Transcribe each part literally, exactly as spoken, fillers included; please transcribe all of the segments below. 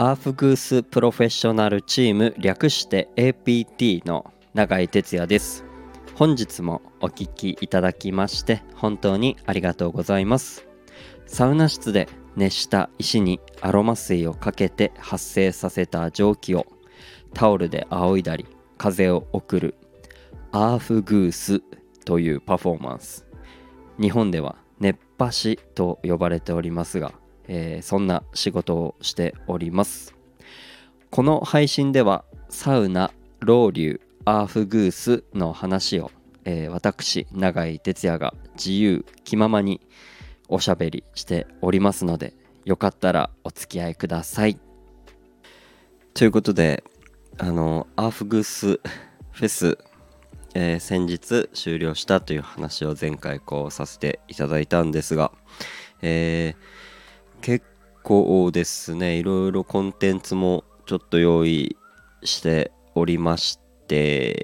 アーフグースプロフェッショナルチーム略して エーピーティー の永井哲也です。本日もお聞きいただきまして本当にありがとうございます。サウナ室で熱した石にアロマ水をかけて発生させた蒸気をタオルで仰いだり風を送るアーフグースというパフォーマンス、日本では熱波師と呼ばれておりますが、えー、そんな仕事をしております。この配信ではサウナ、ロウリュ、アーフグースの話を、えー、私永井哲也が自由気ままにおしゃべりしておりますので、よかったらお付き合いください。ということで、あのアーフグースフェス、えー、先日終了したという話を前回こうさせていただいたんですが、えー、結構ですね、いろいろコンテンツもちょっと用意しておりまして、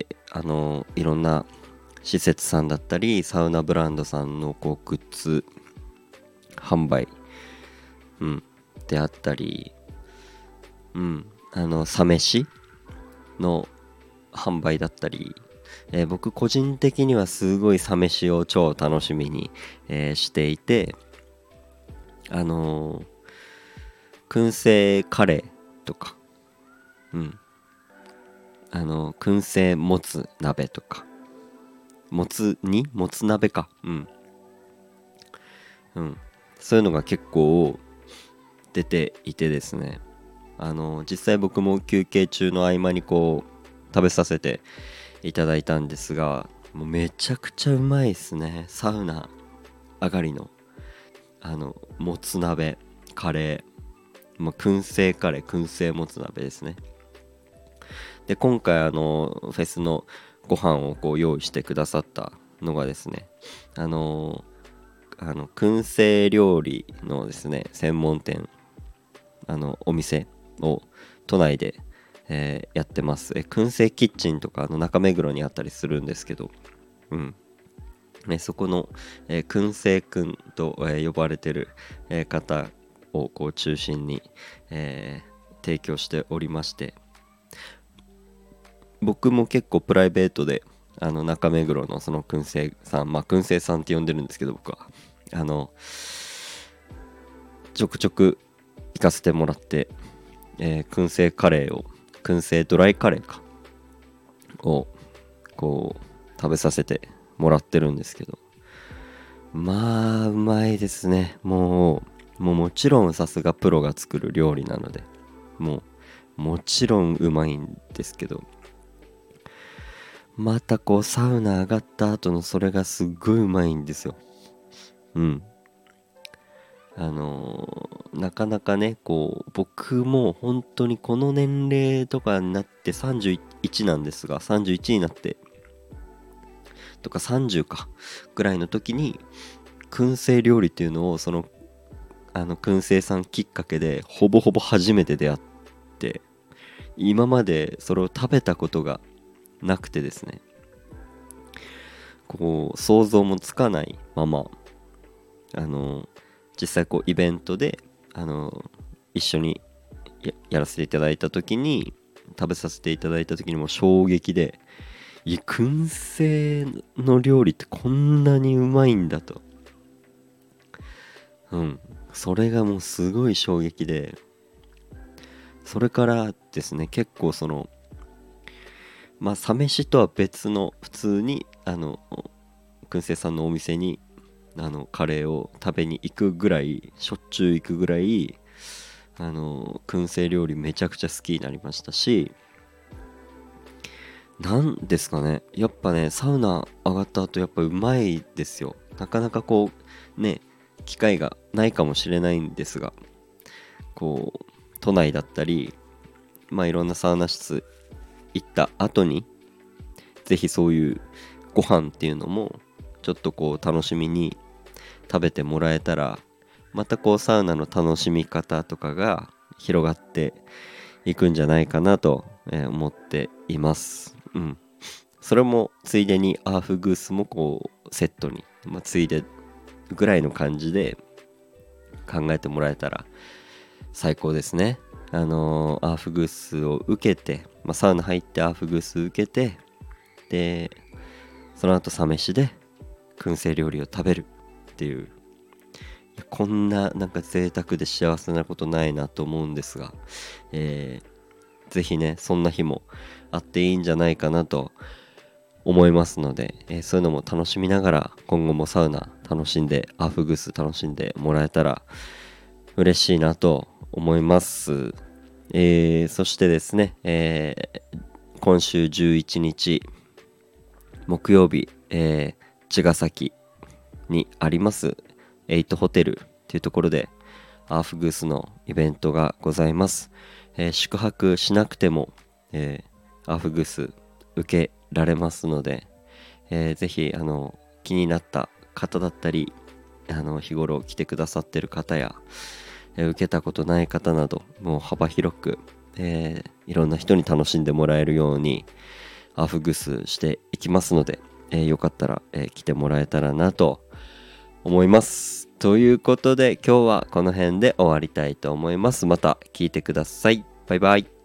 あのいろんな施設さんだったりサウナブランドさんのこうグッズ販売、うん、であったり、うん、あのサ飯の販売だったり、えー、僕個人的にはすごいサ飯を超楽しみに、えー、していて、あのー、燻製カレーとか、うん、あのー、燻製もつ鍋とか、もつにもつ鍋か、うん、うん、そういうのが結構出ていてですね、あのー、実際僕も休憩中の合間にこう食べさせていただいたんですが、もうめちゃくちゃうまいですね。サウナ上がりのあのもつ鍋カレー、まあ、燻製カレー燻製もつ鍋ですね。で今回あのフェスのご飯をこう用意してくださったのがですね、あのあの燻製料理のですね専門店、あのお店を都内でえー、やってます。え燻製キッチンとかの中目黒にあったりするんですけど、うんね、そこの、えー、燻製くんと、えー、呼ばれてる、えー、方をこう中心に、えー、提供しておりまして、僕も結構プライベートであの中目黒のその燻製さん、まあ燻製さんって呼んでるんですけど、僕はあのちょくちょく行かせてもらって、えー、燻製カレーを燻製ドライカレーかをこう食べさせてもらってるんですけど、まあうまいですね。もうもうもちろんさすがプロが作る料理なので、もうもちろんうまいんですけど、またこうサウナ上がった後のそれがすっごいうまいんですよ。うんあのー、なかなかねこう僕も本当にこの年齢とかになってさんじゅういちなんですが、さんじゅういちになってとかさんじゅうかぐらいの時に燻製料理っていうのをそのあの燻製さんきっかけでほぼほぼ初めて出会って、今までそれを食べたことがなくてですね、こう想像もつかないままあの実際こうイベントであの一緒に や, やらせていただいた時に食べさせていただいた時にも衝撃で、いや燻製の料理ってこんなにうまいんだと、うんそれがもうすごい衝撃で、それからですね結構そのまあサ飯とは別の普通にあの燻製さんのお店にあのカレーを食べに行くぐらい、しょっちゅう行くぐらいあの燻製料理めちゃくちゃ好きになりましたし、なんですかね、やっぱねサウナ上がった後やっぱうまいですよ。なかなかこうね機会がないかもしれないんですが、こう都内だったりまあいろんなサウナ室行った後にぜひそういうご飯っていうのもちょっとこう楽しみに食べてもらえたら、またこうサウナの楽しみ方とかが広がっていくんじゃないかなと思っています。うん。それもついでにアーフグースもこうセットに、まあ、ついでぐらいの感じで考えてもらえたら最高ですね。 あのーアーフグースを受けて、まあ、サウナ入ってアーフグース受けて、でその後サ飯で燻製料理を食べるっていう、こんななんか贅沢で幸せなことないなと思うんですが、えー、ぜひねそんな日もあっていいんじゃないかなと思いますので、えー、そういうのも楽しみながら今後もサウナ楽しんでアーフグース楽しんでもらえたら嬉しいなと思います。えー、そしてですね、えー、今週じゅういちにち木曜日、えー、茅ヶ崎にありますエイトホテルっていうところでアーフグースのイベントがございます。えー、宿泊しなくても、えー、アーフグース受けられますので、えー、ぜひあの気になった方だったり、あの日頃来てくださってる方や、えー受けたことない方などもう幅広く、えーいろんな人に楽しんでもらえるようにアーフグースしていきますので、えーよかったら、えー来てもらえたらなと思います。ということで今日はこの辺で終わりたいと思います。また聞いてください。バイバイ。